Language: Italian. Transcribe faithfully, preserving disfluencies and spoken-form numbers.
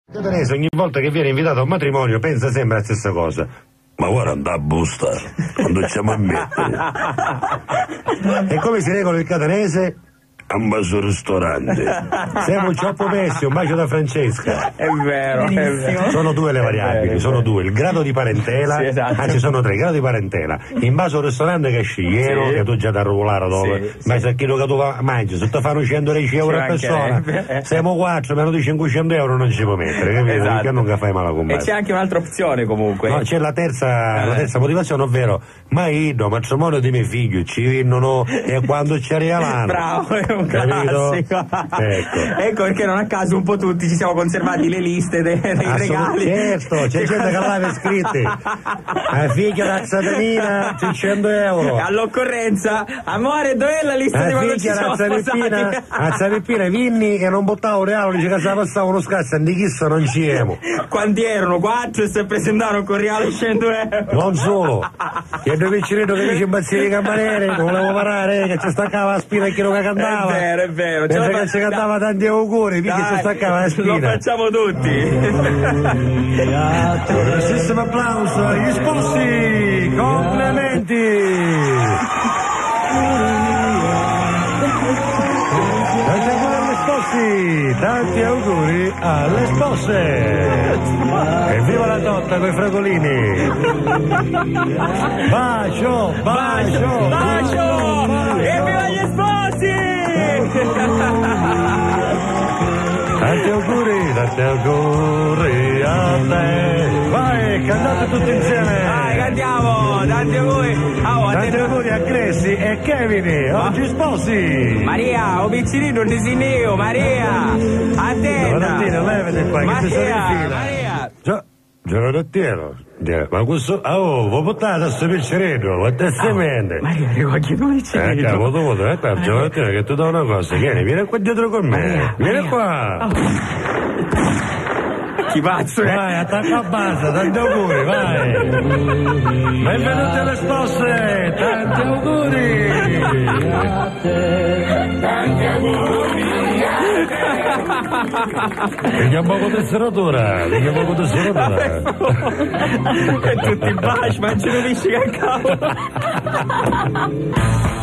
Teresa ogni volta che viene invitato a un matrimonio pensa sempre la stessa cosa. Ma guarda, andà a busta, quando siamo a mettere. E come si regola il catanese? A un bacio ristorante. Siamo un cioppo pessi, un bacio da Francesca. È vero, è vero. Sono due le variabili, vero, sono due. Il grado di parentela, sì, esatto. Anzi sono tre, il grado di parentela. In base al ristorante che scegliero, sì, che tu già da ruolare dove, sì, ma se chi che tu mangi, se ti fanno centodieci euro a persona, siamo quattro, meno di cinquecento euro non ci può mettere, capito? Esatto. Perché non fai male a combattere. E c'è anche un'altra opzione comunque. No, c'è la terza, eh. la terza motivazione, ovvero, ma io, matrimonio di miei figli, ci vincono e quando ci arrivano. Bravo, è un classico. Ecco. Ecco perché non a caso un po' tutti ci siamo conservati le liste dei, dei regali. Certo, c'è gente che l'aveva scritte. La figlia razzatina, seicento euro. All'occorrenza, amore, dov'è la lista la di quando ci siamo sposati? Razzapippina, vinni e non buttavo realo, dice che se la passava uno scazzo, di chissà non ci siamo. Quanti erano? Quattro e si presentarono con reale cento euro. Non solo. Che due piccinetto che dice impazzire i camerieri, non volevo parare, che ci staccava la spina e chi lo che cantava. È vero, è vero. Mentre che ci cantava tanti auguri, perché ci staccava la spina. Lo facciamo tutti. Un grossissimo applauso agli sposi, complimenti. Tanti auguri agli sposi, tanti auguri alle spose. E viva la dotta coi fragolini. Bacio, bacio, bacio, e viva gli sposi. Tanti auguri, tanti auguri a te. Vai, cantate tutti insieme. Vai, cantiamo, tanti auguri. Oh, tanti te... auguri a Cressi e Kevin, oh. Oggi sposi. Maria, o piccinino, un disineo, Maria. A te. Guardate, levate qua, Maria, che si sono in fila. Maria. Già, giornatiero. Ma questo, oh, vuoi portare a sto piccerino, guarda semente. Maria, prego, anche tu piccerino. Eh, cavolo, tu vuoi, eh, per giornatiero, che tu dai una cosa, vieni, vieni qua dietro con me. Maria, vieni Maria. qua. Oh. Chi pazzo è? Vai, attacca a base, tanti auguri, vai. Benvenuti alle spose, tanti auguri. Tanti auguri. Vediamo poco tesseratura, vediamo poco tesseratura. E tutti in baci, ma non ci capisci che cavolo.